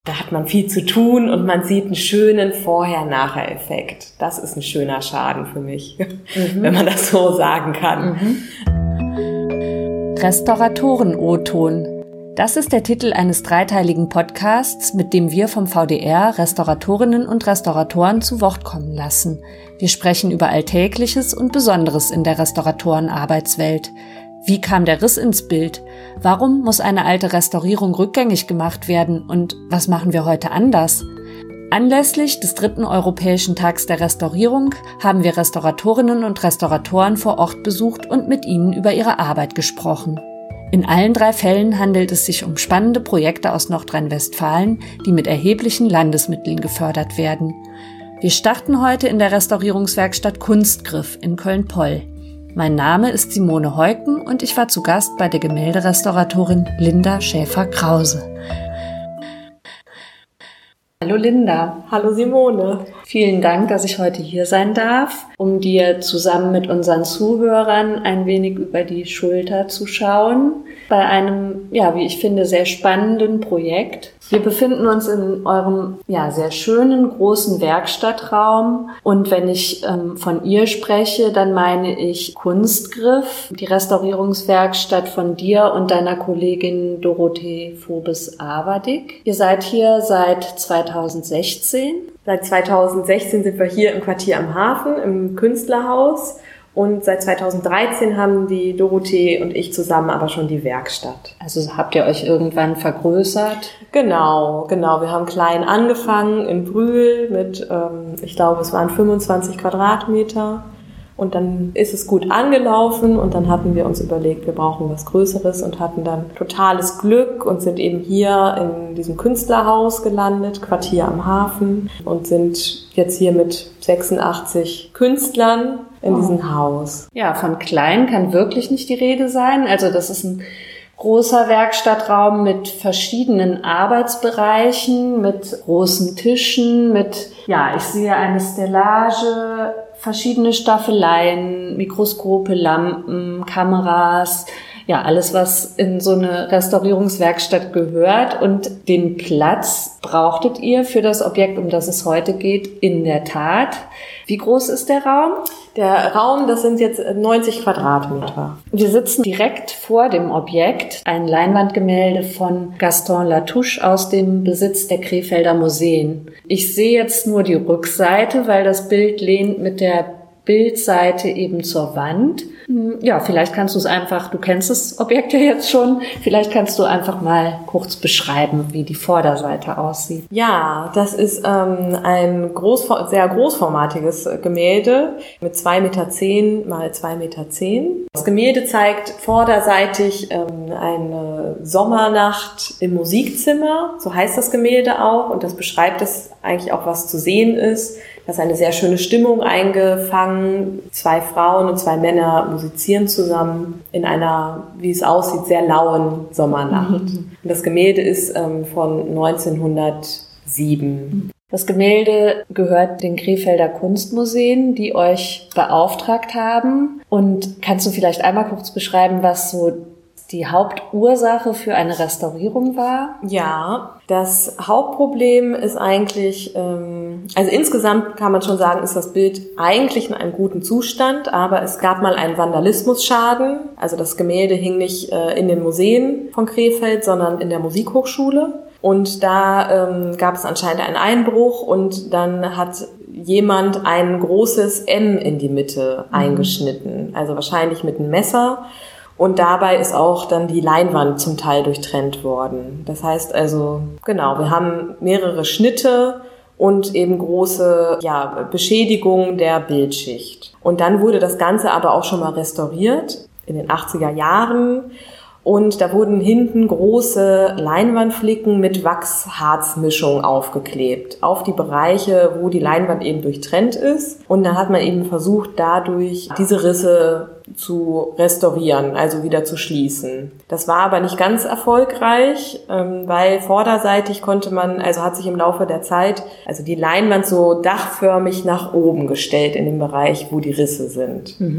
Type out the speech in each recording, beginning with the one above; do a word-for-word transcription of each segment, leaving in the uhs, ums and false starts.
Da hat man viel zu tun und man sieht einen schönen Vorher-Nachher-Effekt. Das ist ein schöner Schaden für mich, mhm. wenn man das so sagen kann. Mhm. Restauratoren-O-Ton. Das ist der Titel eines dreiteiligen Podcasts, mit dem wir vom V D R Restauratorinnen und Restauratoren zu Wort kommen lassen. Wir sprechen über Alltägliches und Besonderes in der Restauratorenarbeitswelt. Wie kam der Riss ins Bild? Warum muss eine alte Restaurierung rückgängig gemacht werden? Und was machen wir heute anders? Anlässlich des dritten Europäischen Tags der Restaurierung haben wir Restauratorinnen und Restauratoren vor Ort besucht und mit ihnen über ihre Arbeit gesprochen. In allen drei Fällen handelt es sich um spannende Projekte aus Nordrhein-Westfalen, die mit erheblichen Landesmitteln gefördert werden. Wir starten heute in der Restaurierungswerkstatt Kunstgriff in Köln-Poll. Mein Name ist Simone Heuken und ich war zu Gast bei der Gemälderestauratorin Linda Schäfer-Krause. Hallo Linda. Hallo Simone. Vielen Dank, dass ich heute hier sein darf, um dir zusammen mit unseren Zuhörern ein wenig über die Schulter zu schauen bei einem, ja, wie ich finde, sehr spannenden Projekt. Wir befinden uns in eurem, ja, sehr schönen, großen Werkstattraum. Und wenn ich ähm, von ihr spreche, dann meine ich Kunstgriff, die Restaurierungswerkstatt von dir und deiner Kollegin Dorothee Vobes-Awerdig. Ihr seid hier seit zweitausendsechzehn. Seit zweitausendsechzehn sind wir hier im Quartier am Hafen, im Künstlerhaus. Und seit zweitausenddreizehn haben die Dorothee und ich zusammen aber schon die Werkstatt. Also habt ihr euch irgendwann vergrößert? Genau, genau. Wir haben klein angefangen in Brühl mit, ähm, ich glaube, es waren fünfundzwanzig Quadratmeter. Und dann ist es gut angelaufen und dann hatten wir uns überlegt, wir brauchen was Größeres und hatten dann totales Glück und sind eben hier in diesem Künstlerhaus gelandet, Quartier am Hafen, und sind jetzt hier mit sechsundachtzig Künstlern in diesem oh. Haus. Ja, von klein kann wirklich nicht die Rede sein. Also das ist ein großer Werkstattraum mit verschiedenen Arbeitsbereichen, mit großen Tischen, mit, ja, ich sehe eine Stellage, verschiedene Staffeleien, Mikroskope, Lampen, Kameras, ja, alles, was in so eine Restaurierungswerkstatt gehört. Und den Platz brauchtet ihr für das Objekt, um das es heute geht, in der Tat. Wie groß ist der Raum? Der Raum, das sind jetzt neunzig Quadratmeter. Wir sitzen direkt vor dem Objekt, ein Leinwandgemälde von Gaston Latouche aus dem Besitz der Krefelder Museen. Ich sehe jetzt nur die Rückseite, weil das Bild lehnt mit der Bildseite eben zur Wand. Ja, vielleicht kannst du es einfach, du kennst das Objekt ja jetzt schon, vielleicht kannst du einfach mal kurz beschreiben, wie die Vorderseite aussieht. Ja, das ist ähm, ein groß, sehr großformatiges Gemälde mit zwei Meter zehn mal zwei Meter zehn. Das Gemälde zeigt vorderseitig ähm, eine Sommernacht im Musikzimmer, so heißt das Gemälde auch, und das beschreibt es eigentlich auch, was zu sehen ist. Da ist eine sehr schöne Stimmung eingefangen. Zwei Frauen und zwei Männer musizieren zusammen in einer, wie es aussieht, sehr lauen Sommernacht. Mhm. Und das Gemälde ist ähm, von neunzehnhundertsieben. Das Gemälde gehört den Krefelder Kunstmuseen, die euch beauftragt haben. Und kannst du vielleicht einmal kurz beschreiben, was so die Hauptursache für eine Restaurierung war? Ja, das Hauptproblem ist eigentlich, ähm, also insgesamt kann man schon sagen, ist das Bild eigentlich in einem guten Zustand, aber es gab mal einen Vandalismusschaden. Also das Gemälde hing nicht äh, in den Museen von Krefeld, sondern in der Musikhochschule. Und da ähm, gab es anscheinend einen Einbruch und dann hat jemand ein großes M in die Mitte mhm. eingeschnitten, also wahrscheinlich mit einem Messer. Und dabei ist auch dann die Leinwand zum Teil durchtrennt worden. Das heißt also, genau, wir haben mehrere Schnitte und eben große, ja, Beschädigungen der Bildschicht. Und dann wurde das Ganze aber auch schon mal restauriert in den achtziger Jahren. Und da wurden hinten große Leinwandflicken mit Wachsharzmischung aufgeklebt auf die Bereiche, wo die Leinwand eben durchtrennt ist. Und dann hat man eben versucht, dadurch diese Risse zu restaurieren, also wieder zu schließen. Das war aber nicht ganz erfolgreich, weil vorderseitig konnte man, also hat sich im Laufe der Zeit, also die Leinwand so dachförmig nach oben gestellt in dem Bereich, wo die Risse sind. Mhm.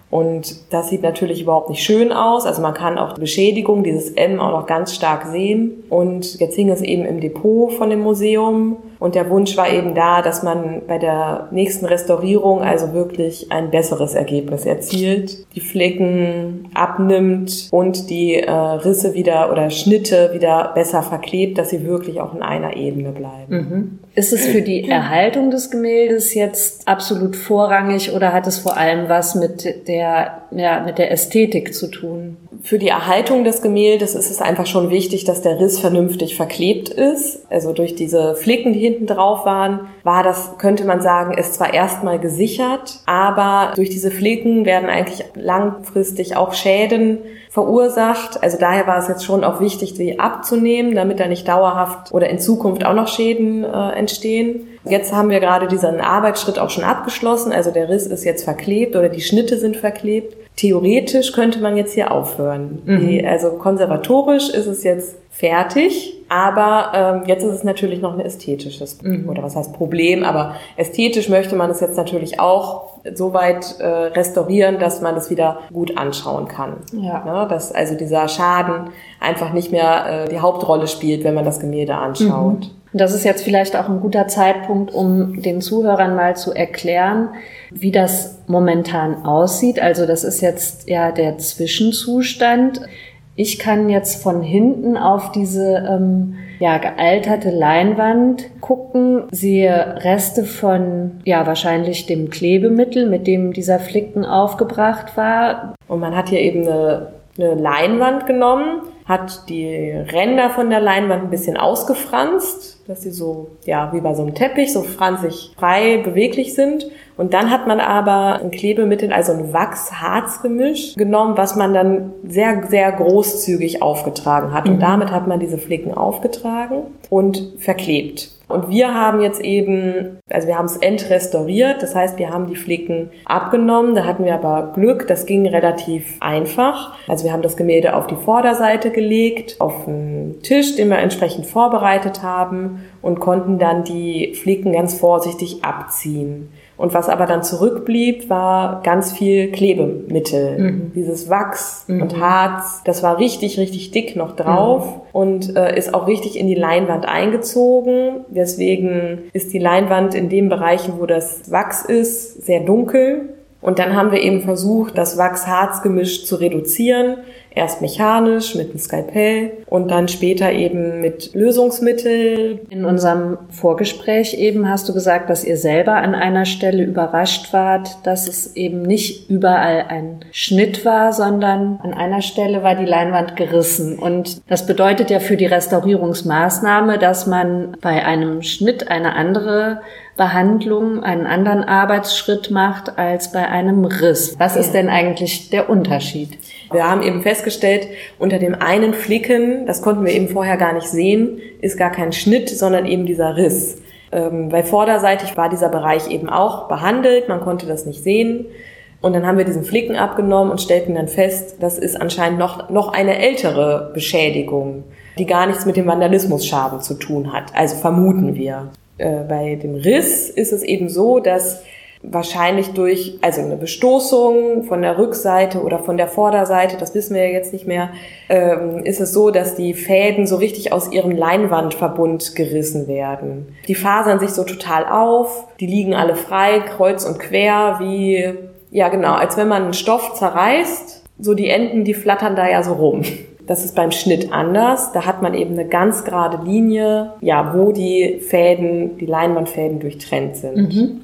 Und das sieht natürlich überhaupt nicht schön aus. Also man kann auch die Beschädigung, dieses M, auch noch ganz stark sehen. Und jetzt hing es eben im Depot von dem Museum. Und der Wunsch war eben da, dass man bei der nächsten Restaurierung also wirklich ein besseres Ergebnis erzielt, die Flecken abnimmt und die äh, Risse wieder oder Schnitte wieder besser verklebt, dass sie wirklich auch in einer Ebene bleiben. Mhm. Ist es für die Erhaltung des Gemäldes jetzt absolut vorrangig oder hat es vor allem was mit der, ja, mit der Ästhetik zu tun? Für die Erhaltung des Gemäldes ist es einfach schon wichtig, dass der Riss vernünftig verklebt ist. Also durch diese Flicken, die hinten drauf waren, war das, könnte man sagen, ist zwar erstmal gesichert, aber durch diese Flicken werden eigentlich langfristig auch Schäden verursacht. Also daher war es jetzt schon auch wichtig, sie abzunehmen, damit da nicht dauerhaft oder in Zukunft auch noch Schäden äh, entstehen. Jetzt haben wir gerade diesen Arbeitsschritt auch schon abgeschlossen. Also der Riss ist jetzt verklebt oder die Schnitte sind verklebt. Theoretisch könnte man jetzt hier aufhören. Mhm. Die, also konservatorisch ist es jetzt fertig, aber ähm, jetzt ist es natürlich noch ein ästhetisches, mhm. oder was heißt Problem, aber ästhetisch möchte man es jetzt natürlich auch so weit äh, restaurieren, dass man es wieder gut anschauen kann. Ja. Ne? Dass also dieser Schaden einfach nicht mehr äh, die Hauptrolle spielt, wenn man das Gemälde anschaut. Mhm. Das ist jetzt vielleicht auch ein guter Zeitpunkt, um den Zuhörern mal zu erklären, wie das momentan aussieht. Also das ist jetzt ja der Zwischenzustand. Ich kann jetzt von hinten auf diese ähm, ja gealterte Leinwand gucken, sehe Reste von ja wahrscheinlich dem Klebemittel, mit dem dieser Flicken aufgebracht war. Und man hat hier eben eine, eine Leinwand genommen, hat die Ränder von der Leinwand ein bisschen ausgefranst, dass sie so, ja, wie bei so einem Teppich, so franzig frei beweglich sind. Und dann hat man aber ein Klebemittel, also ein Wachs-Harz-Gemisch genommen, was man dann sehr, sehr großzügig aufgetragen hat. Mhm. Und damit hat man diese Flicken aufgetragen und verklebt. Und wir haben jetzt eben, also wir haben es entrestauriert, das heißt, wir haben die Flicken abgenommen, da hatten wir aber Glück, das ging relativ einfach. Also wir haben das Gemälde auf die Vorderseite gelegt, auf einen Tisch, den wir entsprechend vorbereitet haben und konnten dann die Flicken ganz vorsichtig abziehen. Und was aber dann zurückblieb, war ganz viel Klebemittel. Mhm. Dieses Wachs mhm. und Harz, das war richtig, richtig dick noch drauf mhm. und äh, ist auch richtig in die Leinwand eingezogen. Deswegen ist die Leinwand in den Bereichen, wo das Wachs ist, sehr dunkel. Und dann haben wir eben versucht, das Wachs-Harz-Gemisch zu reduzieren. Erst mechanisch mit einem Skalpell und dann später eben mit Lösungsmittel. In unserem Vorgespräch eben hast du gesagt, dass ihr selber an einer Stelle überrascht wart, dass es eben nicht überall ein Schnitt war, sondern an einer Stelle war die Leinwand gerissen. Und das bedeutet ja für die Restaurierungsmaßnahme, dass man bei einem Schnitt eine andere Behandlung, einen anderen Arbeitsschritt macht als bei einem Riss. Was ist denn eigentlich der Unterschied? Wir haben eben festgestellt, unter dem einen Flicken, das konnten wir eben vorher gar nicht sehen, ist gar kein Schnitt, sondern eben dieser Riss. Ähm, weil vorderseitig war dieser Bereich eben auch behandelt, man konnte das nicht sehen. Und dann haben wir diesen Flicken abgenommen und stellten dann fest, das ist anscheinend noch, noch eine ältere Beschädigung, die gar nichts mit dem Vandalismusschaden zu tun hat. Also vermuten wir. Äh, bei dem Riss ist es eben so, dass wahrscheinlich durch, also eine Bestoßung von der Rückseite oder von der Vorderseite, das wissen wir ja jetzt nicht mehr, ähm, ist es so, dass die Fäden so richtig aus ihrem Leinwandverbund gerissen werden. Die fasern sich so total auf, die liegen alle frei, kreuz und quer, wie, ja genau, als wenn man einen Stoff zerreißt, so die Enden, die flattern da ja so rum. Das ist beim Schnitt anders. Da hat man eben eine ganz gerade Linie, ja, wo die Fäden, die Leinwandfäden durchtrennt sind. Mhm.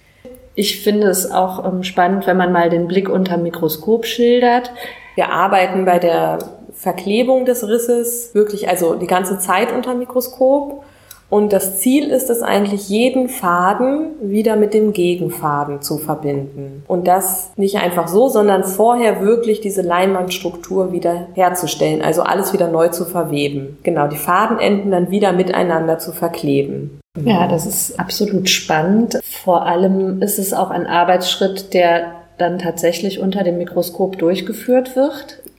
Ich finde es auch ähm, spannend, wenn man mal den Blick unter Mikroskop schildert. Wir arbeiten bei der Verklebung des Risses wirklich, also die ganze Zeit unter Mikroskop. Und das Ziel ist es eigentlich, jeden Faden wieder mit dem Gegenfaden zu verbinden. Und das nicht einfach so, sondern vorher wirklich diese Leinwandstruktur wieder herzustellen. Also alles wieder neu zu verweben. Genau, die Fadenenden dann wieder miteinander zu verkleben. Ja, das ist absolut spannend. Vor allem ist es auch ein Arbeitsschritt, der dann tatsächlich unter dem Mikroskop durchgeführt wird.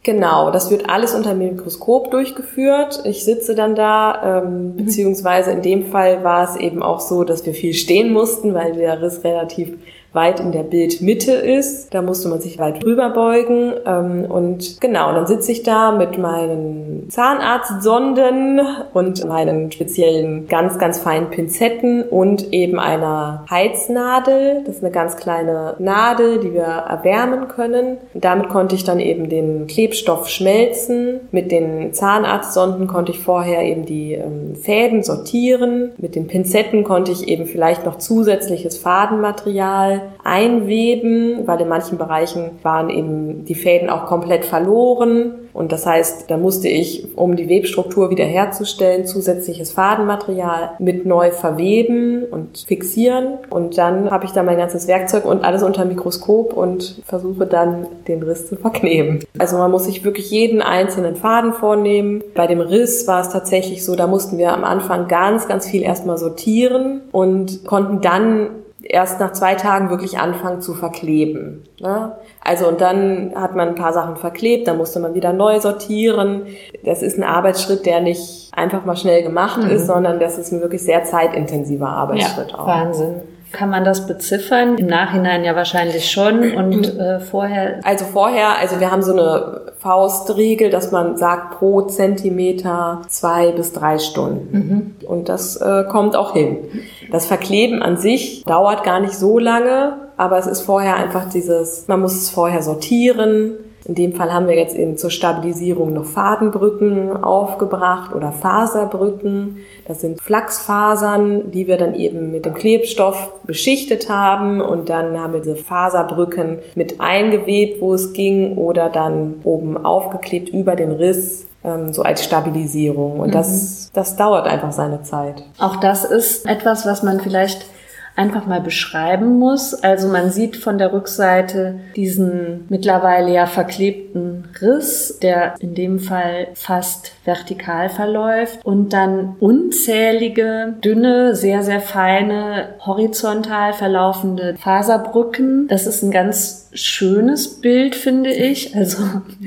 Genau, das wird alles unter dem Mikroskop durchgeführt. Ich sitze dann da, ähm, beziehungsweise in dem Fall war es eben auch so, dass wir viel stehen mussten, weil der Riss relativ weit in der Bildmitte ist. Da musste man sich weit rüber beugen. Ähm, und genau, dann sitze ich da mit meinen Zahnarztsonden und meinen speziellen, ganz, ganz feinen Pinzetten und eben einer Heiznadel. Das ist eine ganz kleine Nadel, die wir erwärmen können. Damit konnte ich dann eben den Klebstoff schmelzen. Mit den Zahnarztsonden konnte ich vorher eben die ähm, Fäden sortieren. Mit den Pinzetten konnte ich eben vielleicht noch zusätzliches Fadenmaterial einweben, weil in manchen Bereichen waren eben die Fäden auch komplett verloren. Und das heißt, da musste ich, um die Webstruktur wiederherzustellen, zusätzliches Fadenmaterial mit neu verweben und fixieren. Und dann habe ich da mein ganzes Werkzeug und alles unter Mikroskop und versuche dann, den Riss zu verkleben. Also man muss sich wirklich jeden einzelnen Faden vornehmen. Bei dem Riss war es tatsächlich so, da mussten wir am Anfang ganz, ganz viel erstmal sortieren und konnten dann erst nach zwei Tagen wirklich anfangen zu verkleben. Ne? Also und dann hat man ein paar Sachen verklebt, dann musste man wieder neu sortieren. Das ist ein Arbeitsschritt, der nicht einfach mal schnell gemacht mhm. ist, sondern das ist ein wirklich sehr zeitintensiver Arbeitsschritt ja, auch. Wahnsinn. Kann man das beziffern? Im Nachhinein ja wahrscheinlich schon und äh, vorher? Also vorher, also wir haben so eine Faustregel, dass man sagt pro Zentimeter zwei bis drei Stunden. Mhm. Und das äh, kommt auch hin. Das Verkleben an sich dauert gar nicht so lange, aber es ist vorher einfach dieses, man muss es vorher sortieren. In dem Fall haben wir jetzt eben zur Stabilisierung noch Fadenbrücken aufgebracht oder Faserbrücken. Das sind Flachsfasern, die wir dann eben mit dem Klebstoff beschichtet haben und dann haben wir diese Faserbrücken mit eingewebt, wo es ging, oder dann oben aufgeklebt über den Riss, ähm, so als Stabilisierung. Und mhm. das, das dauert einfach seine Zeit. Auch das ist etwas, was man vielleicht einfach mal beschreiben muss. Also man sieht von der Rückseite diesen mittlerweile ja verklebten Riss, der in dem Fall fast vertikal verläuft und dann unzählige, dünne, sehr, sehr feine, horizontal verlaufende Faserbrücken. Das ist ein ganz schönes Bild, finde ich. Also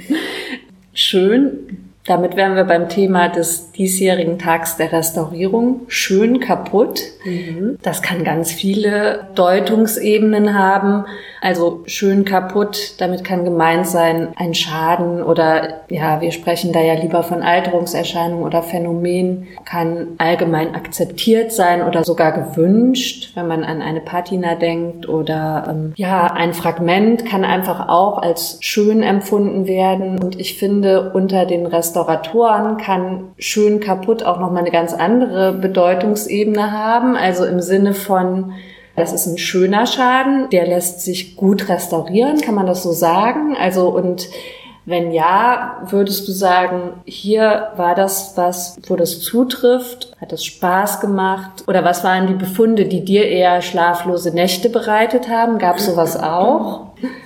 schön. Damit wären wir beim Thema des diesjährigen Tags der Restaurierung. Schön kaputt. Mhm. Das kann ganz viele Deutungsebenen haben. Also schön kaputt, damit kann gemeint sein ein Schaden oder, ja, wir sprechen da ja lieber von Alterungserscheinungen oder Phänomen, kann allgemein akzeptiert sein oder sogar gewünscht, wenn man an eine Patina denkt oder, ähm, ja, ein Fragment kann einfach auch als schön empfunden werden. Und ich finde, unter den Restauratoren kann schön kaputt auch nochmal eine ganz andere Bedeutungsebene haben, also im Sinne von, das ist ein schöner Schaden, der lässt sich gut restaurieren, kann man das so sagen? Also und wenn ja, würdest du sagen, hier war das was, wo das zutrifft? Hat es Spaß gemacht? Oder was waren die Befunde, die dir eher schlaflose Nächte bereitet haben? Gab es sowas auch?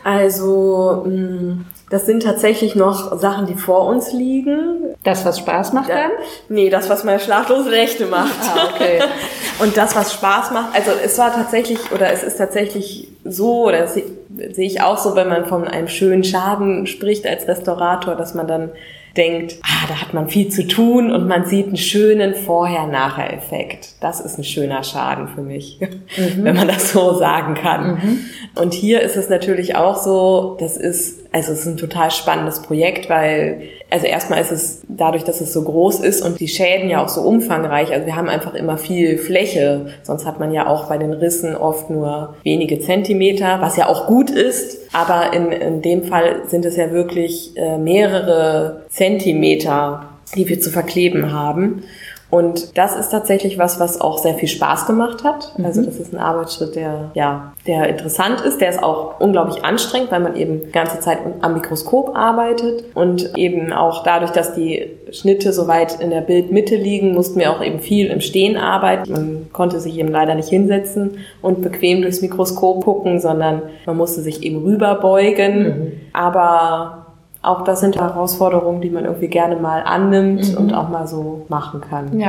Also das sind tatsächlich noch Sachen, die vor uns liegen. Das, was Spaß macht ja, dann? Nee, das, was meine schlaflose Nächte macht. Ah, okay. Und das, was Spaß macht, also es war tatsächlich, oder es ist tatsächlich so, oder das sehe ich auch so, wenn man von einem schönen Schaden spricht als Restaurator, dass man dann denkt, ah, da hat man viel zu tun und man sieht einen schönen Vorher-Nachher-Effekt. Das ist ein schöner Schaden für mich, mhm. wenn man das so sagen kann. Mhm. Und hier ist es natürlich auch so, das ist, also es ist ein total spannendes Projekt, weil, also erstmal ist es dadurch, dass es so groß ist und die Schäden ja auch so umfangreich, also wir haben einfach immer viel Fläche, sonst hat man ja auch bei den Rissen oft nur wenige Zentimeter, was ja auch gut ist, aber in, in dem Fall sind es ja wirklich äh, mehrere Zentimeter, die wir zu verkleben haben. Und das ist tatsächlich was, was auch sehr viel Spaß gemacht hat. Mhm. Also das ist ein Arbeitsschritt, der, ja, der interessant ist. Der ist auch unglaublich anstrengend, weil man eben die ganze Zeit am Mikroskop arbeitet. Und eben auch dadurch, dass die Schnitte so weit in der Bildmitte liegen, mussten wir auch eben viel im Stehen arbeiten. Man konnte sich eben leider nicht hinsetzen und bequem durchs Mikroskop gucken, sondern man musste sich eben rüberbeugen. Mhm. Aber auch das sind Herausforderungen, die man irgendwie gerne mal annimmt mhm. und auch mal so machen kann. Ja,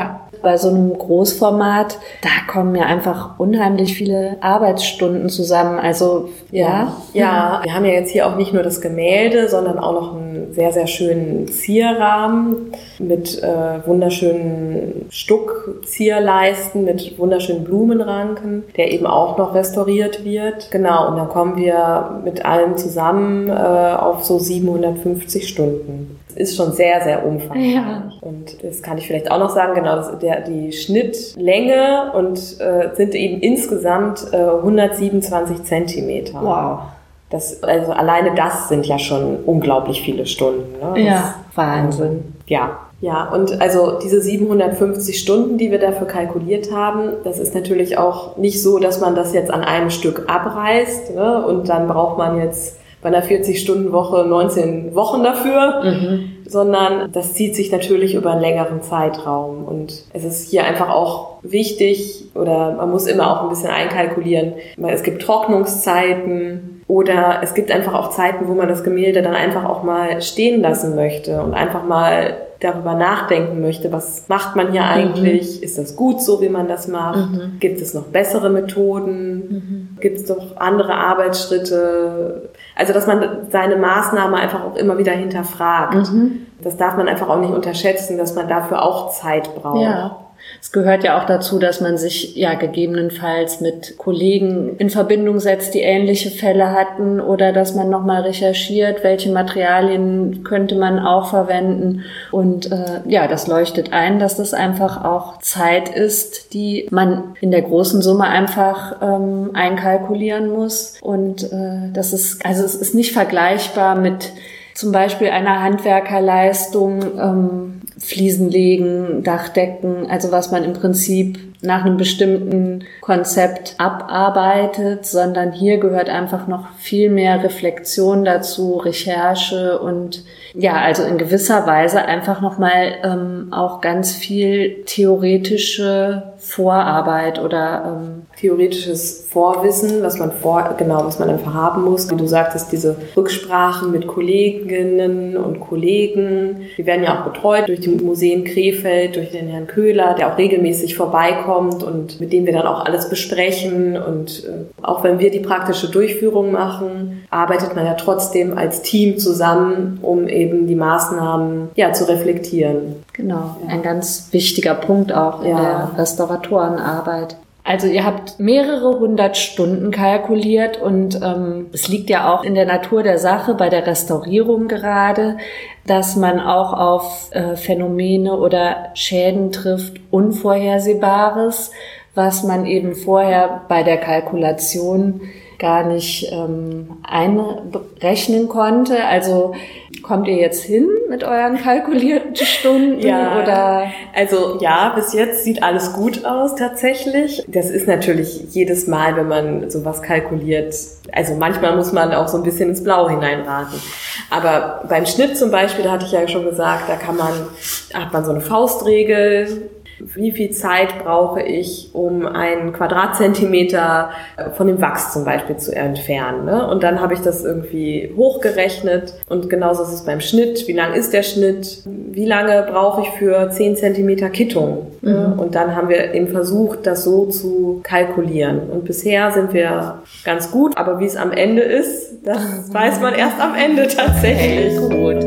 Bei so einem Großformat, da kommen ja einfach unheimlich viele Arbeitsstunden zusammen. Also, ja. Ja, wir haben ja jetzt hier auch nicht nur das Gemälde, sondern auch noch einen sehr, sehr schönen Zierrahmen mit äh, wunderschönen Stuckzierleisten, mit wunderschönen Blumenranken, der eben auch noch restauriert wird. Genau, und dann kommen wir mit allem zusammen äh, auf so siebenhundertfünfzig Stunden. Das ist schon sehr, sehr umfangreich. Ja. Und das kann ich vielleicht auch noch sagen, genau, das, der, die Schnittlänge und äh, sind eben insgesamt äh, hundertsiebenundzwanzig Zentimeter. Wow. Das, also alleine das sind ja schon unglaublich viele Stunden. Ne? Ja, Wahnsinn. Ja. Ja, und also diese siebenhundertfünfzig Stunden, die wir dafür kalkuliert haben, das ist natürlich auch nicht so, dass man das jetzt an einem Stück abreißt, ne? Und dann braucht man jetzt bei einer vierzig-Stunden-Woche neunzehn Wochen dafür, mhm. sondern das zieht sich natürlich über einen längeren Zeitraum. Und es ist hier einfach auch wichtig, oder man muss immer auch ein bisschen einkalkulieren, weil es gibt Trocknungszeiten oder es gibt einfach auch Zeiten, wo man das Gemälde dann einfach auch mal stehen lassen möchte und einfach mal darüber nachdenken möchte, was macht man hier eigentlich? Mhm. Ist das gut so, wie man das macht? Mhm. Gibt es noch bessere Methoden? Mhm. Gibt es doch andere Arbeitsschritte? Also, dass man seine Maßnahme einfach auch immer wieder hinterfragt. Mhm. Das darf man einfach auch nicht unterschätzen, dass man dafür auch Zeit braucht. Ja. Es gehört ja auch dazu, dass man sich ja gegebenenfalls mit Kollegen in Verbindung setzt, die ähnliche Fälle hatten, oder dass man nochmal recherchiert, welche Materialien könnte man auch verwenden. Und äh, ja, das leuchtet ein, dass das einfach auch Zeit ist, die man in der großen Summe einfach ähm, einkalkulieren muss. Und äh, das ist, also es ist nicht vergleichbar mit zum Beispiel einer Handwerkerleistung, ähm, Fliesen legen, Dachdecken, also was man im Prinzip nach einem bestimmten Konzept abarbeitet, sondern hier gehört einfach noch viel mehr Reflexion dazu, Recherche und ja, also in gewisser Weise einfach nochmal ähm, auch ganz viel theoretische Vorarbeit oder ähm, theoretisches Vorwissen, was man vor, genau, was man einfach haben muss. Wie du sagtest, diese Rücksprachen mit Kolleginnen und Kollegen, die werden ja auch betreut durch die Museen Krefeld, durch den Herrn Köhler, der auch regelmäßig vorbeikommt und mit dem wir dann auch alles besprechen. Und äh, auch wenn wir die praktische Durchführung machen, arbeitet man ja trotzdem als Team zusammen, um eben die Maßnahmen ja zu reflektieren. Genau, ja. Ein ganz wichtiger Punkt auch in ja. der Restauratorenarbeit. Also ihr habt mehrere hundert Stunden kalkuliert und ähm, es liegt ja auch in der Natur der Sache bei der Restaurierung gerade, dass man auch auf äh, Phänomene oder Schäden trifft, Unvorhersehbares, was man eben vorher bei der Kalkulation gar nicht ähm, einrechnen konnte. Also kommt ihr jetzt hin mit euren kalkulierten Stunden? Ja, oder? Also ja, bis jetzt sieht alles gut aus tatsächlich. Das ist natürlich jedes Mal, wenn man sowas kalkuliert, also manchmal muss man auch so ein bisschen ins Blaue hineinraten. Aber beim Schnitt zum Beispiel, da hatte ich ja schon gesagt, da kann man, hat man so eine Faustregel. Wie viel Zeit brauche ich, um einen Quadratzentimeter von dem Wachs zum Beispiel zu entfernen, ne? Und dann habe ich das irgendwie hochgerechnet und genauso ist es beim Schnitt. Wie lang ist der Schnitt? Wie lange brauche ich für zehn Zentimeter Kittung? Mhm. Ne? Und dann haben wir eben versucht, das so zu kalkulieren. Und bisher sind wir ganz gut, aber wie es am Ende ist, das weiß man erst am Ende tatsächlich. Gut.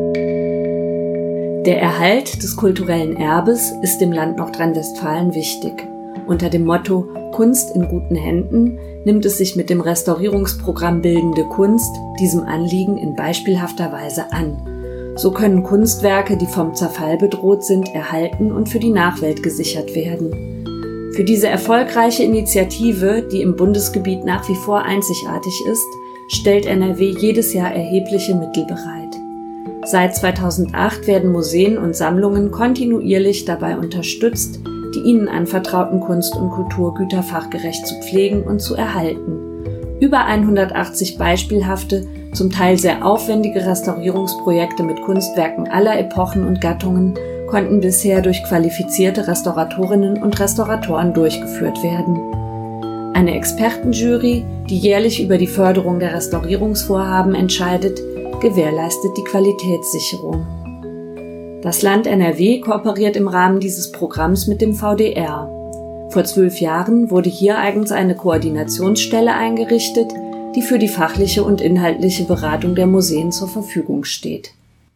Der Erhalt des kulturellen Erbes ist dem Land Nordrhein-Westfalen wichtig. Unter dem Motto Kunst in guten Händen nimmt es sich mit dem Restaurierungsprogramm Bildende Kunst diesem Anliegen in beispielhafter Weise an. So können Kunstwerke, die vom Zerfall bedroht sind, erhalten und für die Nachwelt gesichert werden. Für diese erfolgreiche Initiative, die im Bundesgebiet nach wie vor einzigartig ist, stellt N R W jedes Jahr erhebliche Mittel bereit. Seit zweitausendacht werden Museen und Sammlungen kontinuierlich dabei unterstützt, die ihnen anvertrauten Kunst- und Kulturgüter fachgerecht zu pflegen und zu erhalten. Über hundertachtzig beispielhafte, zum Teil sehr aufwendige Restaurierungsprojekte mit Kunstwerken aller Epochen und Gattungen konnten bisher durch qualifizierte Restauratorinnen und Restauratoren durchgeführt werden. Eine Expertenjury, die jährlich über die Förderung der Restaurierungsvorhaben entscheidet, gewährleistet die Qualitätssicherung. Das Land N R W kooperiert im Rahmen dieses Programms mit dem V D R. Vor zwölf Jahren wurde hier eigens eine Koordinationsstelle eingerichtet, die für die fachliche und inhaltliche Beratung der Museen zur Verfügung steht.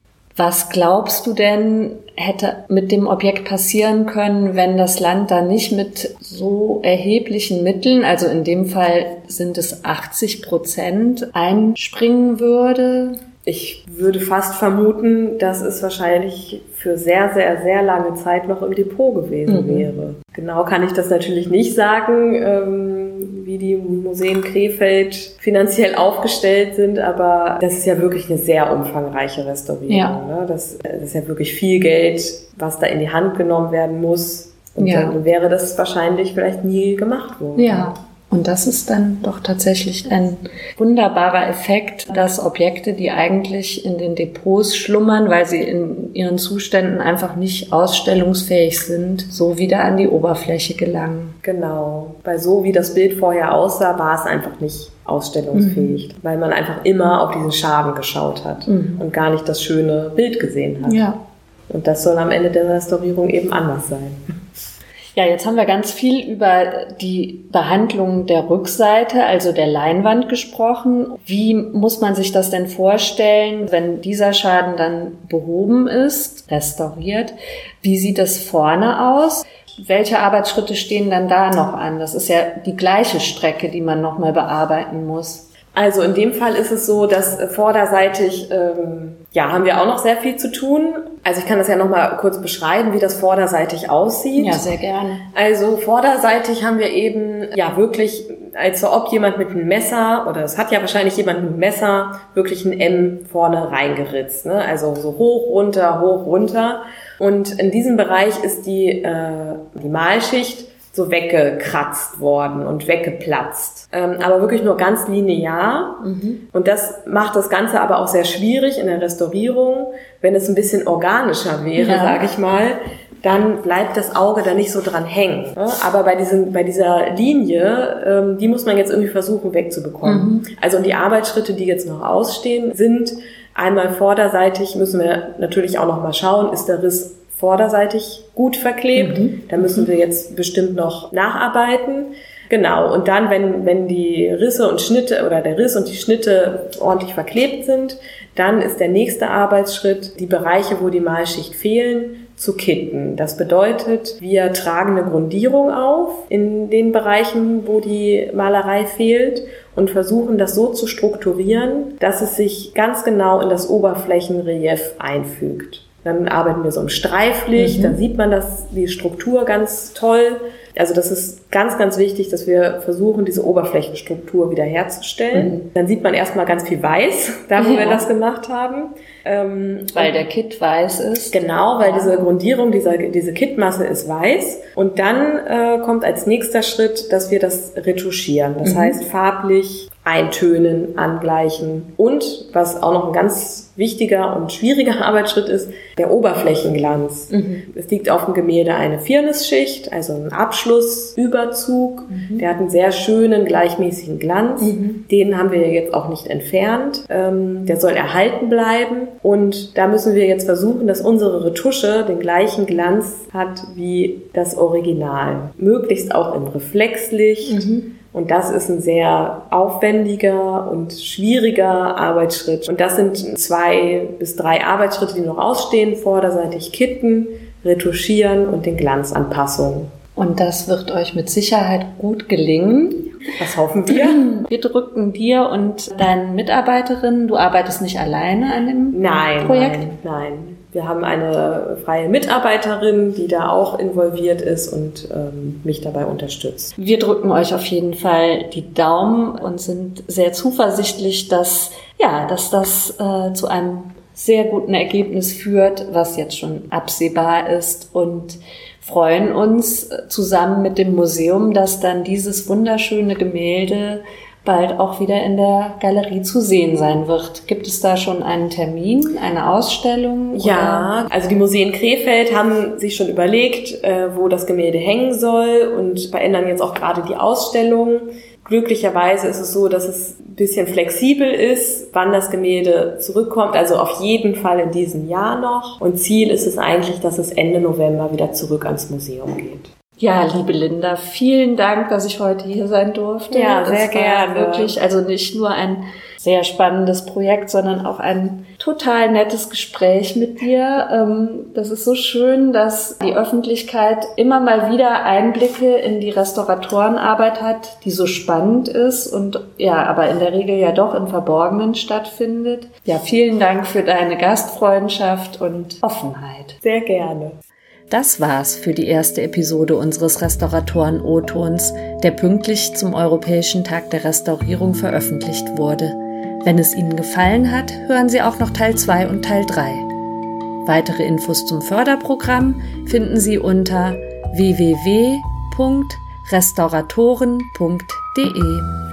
Was glaubst du denn, hätte mit dem Objekt passieren können, wenn das Land da nicht mit so erheblichen Mitteln, also in dem Fall sind es achtzig Prozent, einspringen würde? Ich würde fast vermuten, dass es wahrscheinlich für sehr, sehr, sehr lange Zeit noch im Depot gewesen mhm. wäre. Genau kann ich das natürlich nicht sagen, ähm, wie die Museen Krefeld finanziell aufgestellt sind, aber das ist ja wirklich eine sehr umfangreiche Restaurierung. Ja. Ne? Das, das ist ja wirklich viel Geld, was da in die Hand genommen werden muss. Und ja. dann wäre das wahrscheinlich vielleicht nie gemacht worden. Ja. Und das ist dann doch tatsächlich ein wunderbarer Effekt, dass Objekte, die eigentlich in den Depots schlummern, weil sie in ihren Zuständen einfach nicht ausstellungsfähig sind, so wieder an die Oberfläche gelangen. Genau. Weil so wie das Bild vorher aussah, war es einfach nicht ausstellungsfähig, mhm. weil man einfach immer auf diesen Schaden geschaut hat mhm. und gar nicht das schöne Bild gesehen hat. Ja. Und das soll am Ende der Restaurierung eben anders sein. Ja, jetzt haben wir ganz viel über die Behandlung der Rückseite, also der Leinwand gesprochen. Wie muss man sich das denn vorstellen, wenn dieser Schaden dann behoben ist, restauriert? Wie sieht es vorne aus? Welche Arbeitsschritte stehen dann da noch an? Das ist ja die gleiche Strecke, die man nochmal bearbeiten muss. Also in dem Fall ist es so, dass vorderseitig, ähm, ja, haben wir auch noch sehr viel zu tun. Also ich kann das ja nochmal kurz beschreiben, wie das vorderseitig aussieht. Ja, sehr gerne. Also vorderseitig haben wir eben, ja, wirklich, als ob jemand mit einem Messer, oder es hat ja wahrscheinlich jemand mit einem Messer, wirklich ein M vorne reingeritzt, ne? Also so hoch, runter, hoch, runter. Und in diesem Bereich ist die, äh, die Malschicht so weggekratzt worden und weggeplatzt. Ähm, aber wirklich nur ganz linear. Mhm. Und das macht das Ganze aber auch sehr schwierig in der Restaurierung. Wenn es ein bisschen organischer wäre, ja. sage ich mal, dann bleibt das Auge da nicht so dran hängen. Aber bei diesem, bei dieser Linie, ähm, die muss man jetzt irgendwie versuchen wegzubekommen. Mhm. Also und die Arbeitsschritte, die jetzt noch ausstehen, sind einmal vorderseitig, müssen wir natürlich auch noch mal schauen, ist der Riss vorderseitig gut verklebt. Mhm. Da müssen wir jetzt bestimmt noch nacharbeiten. Genau. Und dann, wenn, wenn die Risse und Schnitte oder der Riss und die Schnitte ordentlich verklebt sind, dann ist der nächste Arbeitsschritt, die Bereiche, wo die Malschicht fehlen, zu kitten. Das bedeutet, wir tragen eine Grundierung auf in den Bereichen, wo die Malerei fehlt und versuchen, das so zu strukturieren, dass es sich ganz genau in das Oberflächenrelief einfügt. Dann arbeiten wir so im Streiflicht, mhm. dann sieht man das, die Struktur ganz toll. Also das ist ganz, ganz wichtig, dass wir versuchen, diese Oberflächenstruktur wiederherzustellen. Mhm. Dann sieht man erstmal ganz viel weiß, da wo ja. wir das gemacht haben. Ähm, weil der Kitt weiß ist. Genau, weil diese Grundierung, dieser, diese Kittmasse ist weiß. Und dann äh, kommt als nächster Schritt, dass wir das retuschieren. Das mhm. heißt farblich eintönen, angleichen. Und was auch noch ein ganz wichtiger und schwieriger Arbeitsschritt ist, der Oberflächenglanz. Mhm. Es liegt auf dem Gemälde eine Firnisschicht, also ein Abschlussüberzug. Mhm. Der hat einen sehr schönen, gleichmäßigen Glanz. Mhm. Den haben wir jetzt auch nicht entfernt. Ähm, der soll erhalten bleiben. Und da müssen wir jetzt versuchen, dass unsere Retusche den gleichen Glanz hat wie das Original. Möglichst auch im Reflexlicht. Mhm. Und das ist ein sehr aufwendiger und schwieriger Arbeitsschritt. Und das sind zwei bis drei Arbeitsschritte, die noch ausstehen. Vorderseitig kitten, retuschieren und den Glanzanpassung. Und das wird euch mit Sicherheit gut gelingen. Das hoffen wir. Wir drücken dir und deinen Mitarbeiterinnen. Du arbeitest nicht alleine an dem nein, Projekt? Nein, nein. Wir haben eine freie Mitarbeiterin, die da auch involviert ist und ähm, mich dabei unterstützt. Wir drücken euch auf jeden Fall die Daumen und sind sehr zuversichtlich, dass, ja, dass das äh, zu einem sehr guten Ergebnis führt, was jetzt schon absehbar ist, und freuen uns zusammen mit dem Museum, dass dann dieses wunderschöne Gemälde bald auch wieder in der Galerie zu sehen sein wird. Gibt es da schon einen Termin, eine Ausstellung? Ja, oder? Also die Museen Krefeld haben sich schon überlegt, äh, wo das Gemälde hängen soll und verändern jetzt auch gerade die Ausstellung. Glücklicherweise ist es so, dass es ein bisschen flexibel ist, wann das Gemälde zurückkommt, also auf jeden Fall in diesem Jahr noch. Und Ziel ist es eigentlich, dass es Ende November wieder zurück ans Museum geht. Ja, liebe Linda, vielen Dank, dass ich heute hier sein durfte. Ja, sehr das war gerne. Wirklich, also nicht nur ein sehr spannendes Projekt, sondern auch ein total nettes Gespräch mit dir. Das ist so schön, dass die Öffentlichkeit immer mal wieder Einblicke in die Restauratorenarbeit hat, die so spannend ist und ja, aber in der Regel ja doch im Verborgenen stattfindet. Ja, vielen Dank für deine Gastfreundschaft und Offenheit. Sehr gerne. Das war's für die erste Episode unseres Restauratoren-O-Tons, der pünktlich zum Europäischen Tag der Restaurierung veröffentlicht wurde. Wenn es Ihnen gefallen hat, hören Sie auch noch Teil zwei und Teil drei. Weitere Infos zum Förderprogramm finden Sie unter w w w punkt restauratoren punkt d e.